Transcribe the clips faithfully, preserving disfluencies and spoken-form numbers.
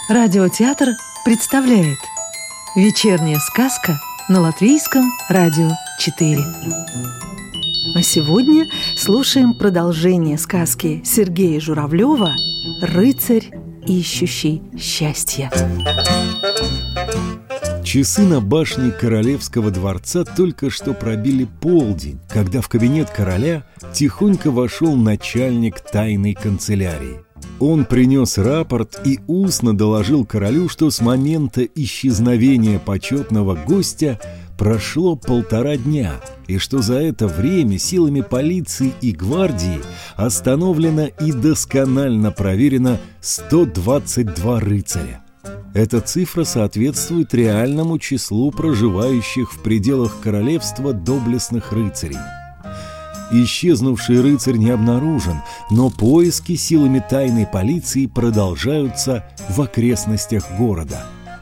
Радиотеатр представляет «Вечерняя сказка» на Латвийском радио четыре. А сегодня слушаем продолжение сказки Сергея Журавлева «Рыцарь, ищущий счастье». Часы на башне королевского дворца только что пробили полдень, когда в кабинет короля тихонько вошел начальник тайной канцелярии. Он принес рапорт и устно доложил королю, что с момента исчезновения почетного гостя прошло полтора дня, и что за это время силами полиции и гвардии остановлено и досконально проверено сто двадцать два рыцаря. Эта цифра соответствует реальному числу проживающих в пределах королевства доблестных рыцарей. Исчезнувший рыцарь не обнаружен, но поиски силами тайной полиции продолжаются в окрестностях города.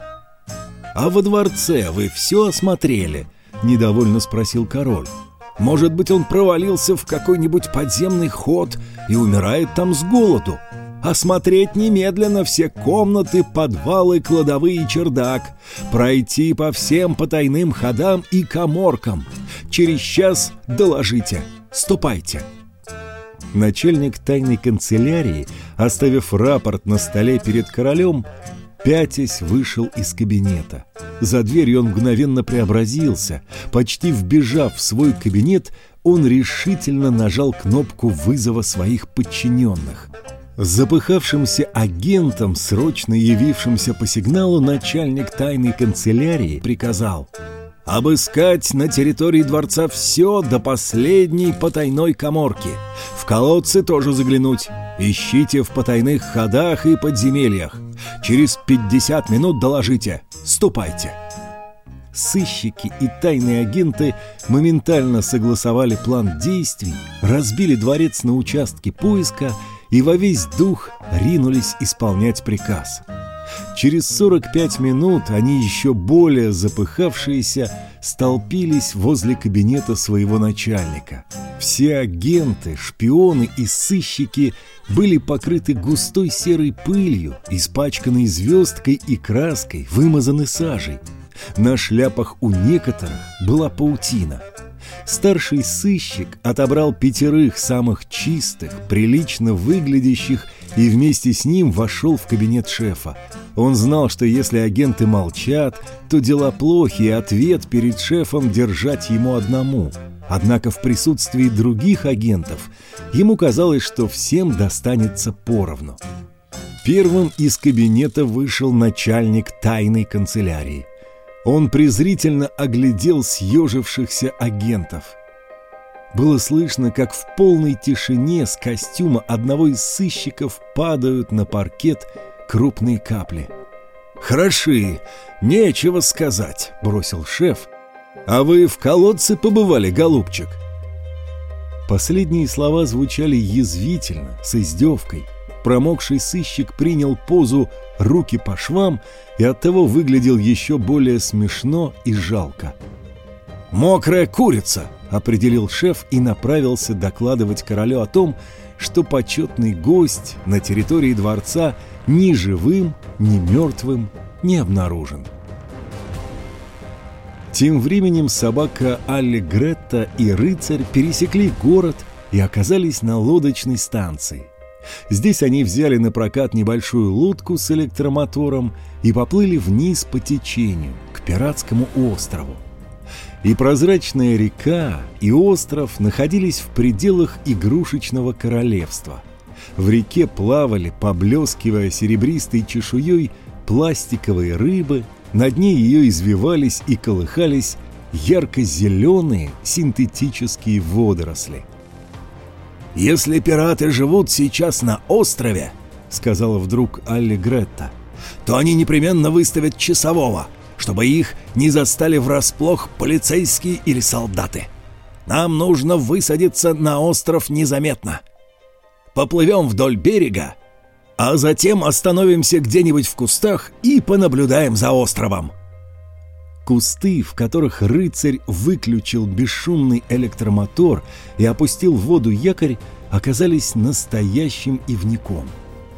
«А во дворце вы все осмотрели?» – недовольно спросил король. «Может быть, он провалился в какой-нибудь подземный ход и умирает там с голоду? Осмотреть немедленно все комнаты, подвалы, кладовые и чердак, пройти по всем потайным ходам и каморкам. Через час доложите. Ступайте». Начальник тайной канцелярии, оставив рапорт на столе перед королем, пятясь вышел из кабинета. За дверью он мгновенно преобразился. Почти вбежав в свой кабинет, он решительно нажал кнопку вызова своих подчиненных. Запыхавшимся агентом, срочно явившимся по сигналу, начальник тайной канцелярии приказал обыскать на территории дворца все до последней потайной каморки. В колодцы тоже заглянуть. Ищите в потайных ходах и подземельях. Через пятьдесят минут доложите. Ступайте. Сыщики и тайные агенты моментально согласовали план действий, разбили дворец на участки поиска и во весь дух ринулись исполнять приказ. Через сорок пять минут они, еще более запыхавшиеся, столпились возле кабинета своего начальника. Все агенты, шпионы и сыщики были покрыты густой серой пылью, испачканной звездкой и краской, вымазаны сажей. На шляпах у некоторых была паутина. Старший сыщик отобрал пятерых самых чистых, прилично выглядящих и вместе с ним вошел в кабинет шефа. Он знал, что если агенты молчат, то дела плохи, и ответ перед шефом держать ему одному. Однако в присутствии других агентов ему казалось, что всем достанется поровну. Первым из кабинета вышел начальник тайной канцелярии. Он презрительно оглядел съежившихся агентов. Было слышно, как в полной тишине с костюма одного из сыщиков падают на паркет крупные капли. «Хороши, нечего сказать», — бросил шеф. «А вы в колодце побывали, голубчик?» Последние слова звучали язвительно, с издевкой. Промокший сыщик принял позу «руки по швам» и оттого выглядел еще более смешно и жалко. «Мокрая курица», — определил шеф и направился докладывать королю о том, что почетный гость на территории дворца ни живым, ни мертвым не обнаружен. Тем временем собака Аллегретта и рыцарь пересекли город и оказались на лодочной станции. Здесь они взяли на прокат небольшую лодку с электромотором и поплыли вниз по течению, к пиратскому острову. И прозрачная река, и остров находились в пределах игрушечного королевства. В реке плавали, поблескивая серебристой чешуей, пластиковые рыбы, на дне ее извивались и колыхались ярко-зеленые синтетические водоросли. «Если пираты живут сейчас на острове, — сказала вдруг Аллегретта, — то они непременно выставят часового, чтобы их не застали врасплох полицейские или солдаты. Нам нужно высадиться на остров незаметно. Поплывем вдоль берега, а затем остановимся где-нибудь в кустах и понаблюдаем за островом». Кусты, в которых рыцарь выключил бесшумный электромотор и опустил в воду якорь, оказались настоящим ивником.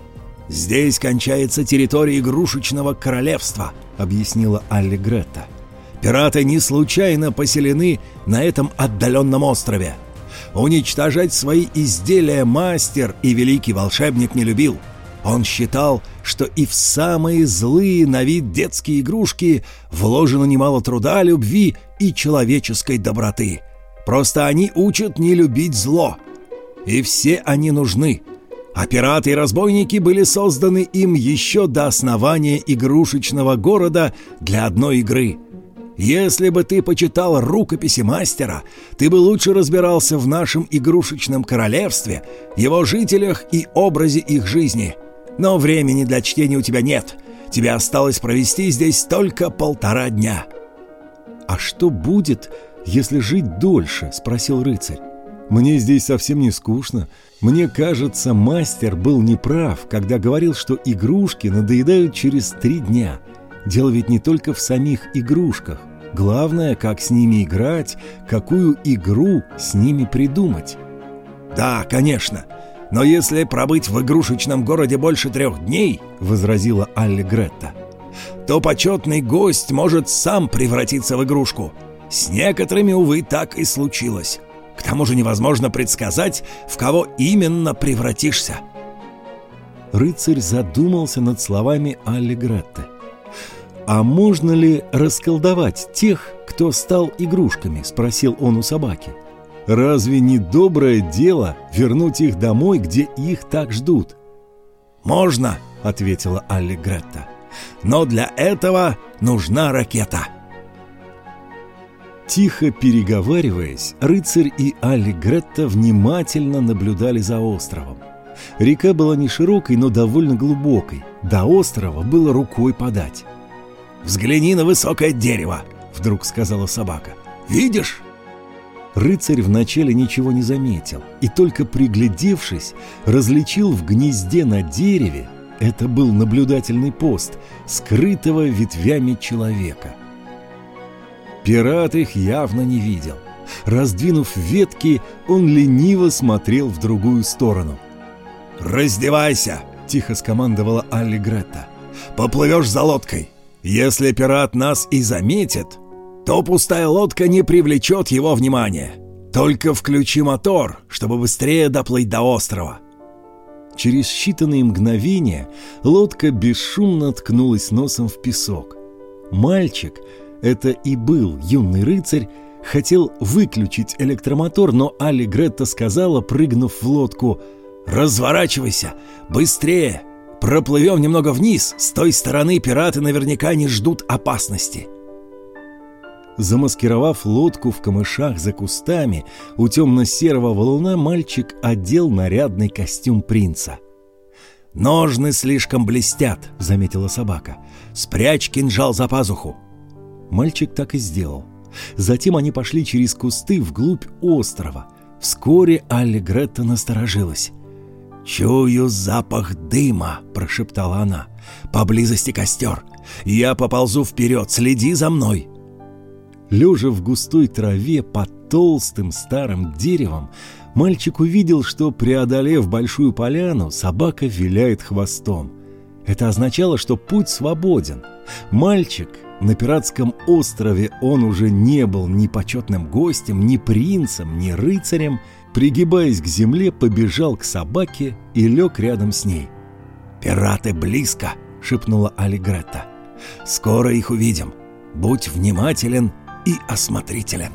«Здесь кончается территория игрушечного королевства», — объяснила Аллегретта. «Пираты не случайно поселены на этом отдаленном острове. Уничтожать свои изделия мастер и великий волшебник не любил. Он считал, что и в самые злые на вид детские игрушки вложено немало труда, любви и человеческой доброты. Просто они учат не любить зло. И все они нужны. А пираты и разбойники были созданы им еще до основания игрушечного города для одной игры. Если бы ты почитал рукописи мастера, ты бы лучше разбирался в нашем игрушечном королевстве, его жителях и образе их жизни. Но времени для чтения у тебя нет. Тебе осталось провести здесь только полтора дня». «А что будет, если жить дольше?» — спросил рыцарь. «Мне здесь совсем не скучно. Мне кажется, мастер был неправ, когда говорил, что игрушки надоедают через три дня. Дело ведь не только в самих игрушках. Главное, как с ними играть, какую игру с ними придумать». «Да, конечно. Но если пробыть в игрушечном городе больше трех дней, — возразила Аллегретта, — то почетный гость может сам превратиться в игрушку. С некоторыми, увы, так и случилось. К тому же невозможно предсказать, в кого именно превратишься». Рыцарь задумался над словами Аллегретты. «А можно ли расколдовать тех, кто стал игрушками?» — спросил он у собаки. «Разве не доброе дело вернуть их домой, где их так ждут?» «Можно», — ответила Аллегретта. «Но для этого нужна ракета». Тихо переговариваясь, рыцарь и Аллегретта внимательно наблюдали за островом. Река была не широкой, но довольно глубокой. До острова было рукой подать. «Взгляни на высокое дерево», — вдруг сказала собака. «Видишь?» Рыцарь вначале ничего не заметил, и только приглядевшись, различил в гнезде на дереве, это был наблюдательный пост, скрытого ветвями человека. Пират их явно не видел. Раздвинув ветки, он лениво смотрел в другую сторону. «Раздевайся!» — тихо скомандовала Аллегретта. «Поплывешь за лодкой. Если пират нас и заметит, то пустая лодка не привлечет его внимания. Только включи мотор, чтобы быстрее доплыть до острова». Через считанные мгновения лодка бесшумно ткнулась носом в песок. Мальчик, это и был юный рыцарь, хотел выключить электромотор, но Аллегретта сказала, прыгнув в лодку: «Разворачивайся! Быстрее! Проплывем немного вниз. С той стороны пираты наверняка не ждут опасности». Замаскировав лодку в камышах за кустами у темно-серого валуна, мальчик одел нарядный костюм принца. «Ножны слишком блестят», — заметила собака. «Спрячь кинжал за пазуху». Мальчик так и сделал. Затем они пошли через кусты вглубь острова. Вскоре Аллегретта насторожилась. «Чую запах дыма», — прошептала она. «Поблизости костер. Я поползу вперед, следи за мной». Лежа в густой траве под толстым старым деревом, мальчик увидел, что, преодолев большую поляну, собака виляет хвостом. Это означало, что путь свободен. Мальчик на пиратском острове, он уже не был ни почетным гостем, ни принцем, ни рыцарем. Пригибаясь к земле, побежал к собаке и лег рядом с ней. «Пираты близко», — шепнула Аллегретта. «Скоро их увидим. Будь внимателен и осмотрителен».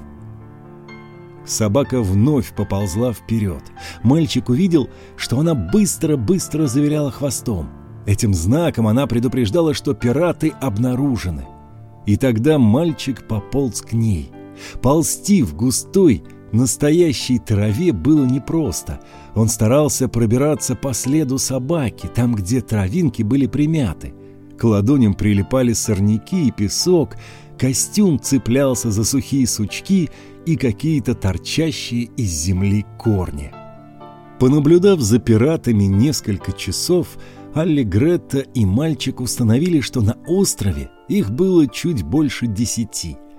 Собака вновь поползла вперед. Мальчик увидел, что она быстро-быстро завиляла хвостом. Этим знаком она предупреждала, что пираты обнаружены. И тогда мальчик пополз к ней. Ползти в густой, настоящей траве было непросто. Он старался пробираться по следу собаки, там, где травинки были примяты. К ладоням прилипали сорняки и песок, костюм цеплялся за сухие сучки и какие-то торчащие из земли корни. Понаблюдав за пиратами несколько часов, Аллегретта и мальчик установили, что на острове их было чуть больше десяти.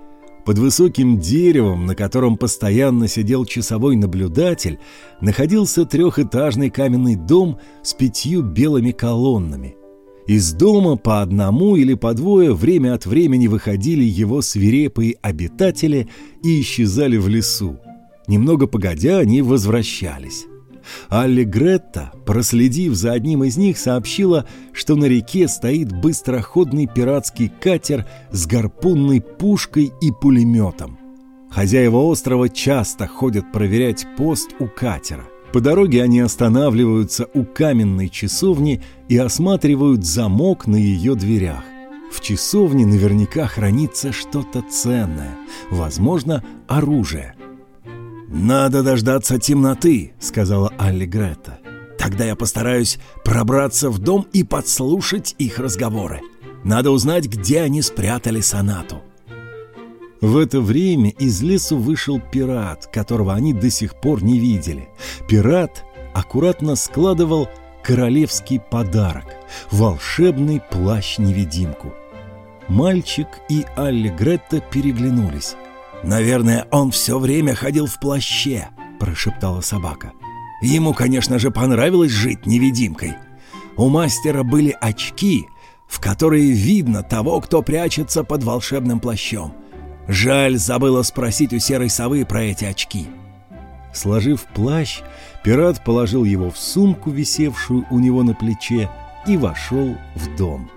Под высоким деревом, на котором постоянно сидел часовой наблюдатель, находился трехэтажный каменный дом с пятью белыми колоннами. Из дома по одному или по двое время от времени выходили его свирепые обитатели и исчезали в лесу. Немного погодя, они возвращались. Аллегретта, проследив за одним из них, сообщила, что на реке стоит быстроходный пиратский катер с гарпунной пушкой и пулеметом. Хозяева острова часто ходят проверять пост у катера. По дороге они останавливаются у каменной часовни и осматривают замок на ее дверях. В часовне наверняка хранится что-то ценное, возможно, оружие. «Надо дождаться темноты», — сказала Аллегретта. «Тогда я постараюсь пробраться в дом и подслушать их разговоры. Надо узнать, где они спрятали сонату». В это время из лесу вышел пират, которого они до сих пор не видели. Пират аккуратно складывал королевский подарок — волшебный плащ-невидимку. Мальчик и Аллегретта переглянулись. «Наверное, он все время ходил в плаще», — прошептала собака. «Ему, конечно же, понравилось жить невидимкой. У мастера были очки, в которые видно того, кто прячется под волшебным плащом. Жаль, забыла спросить у серой совы про эти очки». Сложив плащ, пират положил его в сумку, висевшую у него на плече, и вошел в дом.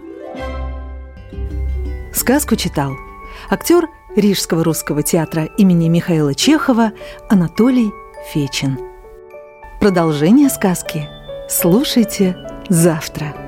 Сказку читал актер Рижского русского театра имени Михаила Чехова Анатолий Фечин. Продолжение сказки слушайте завтра.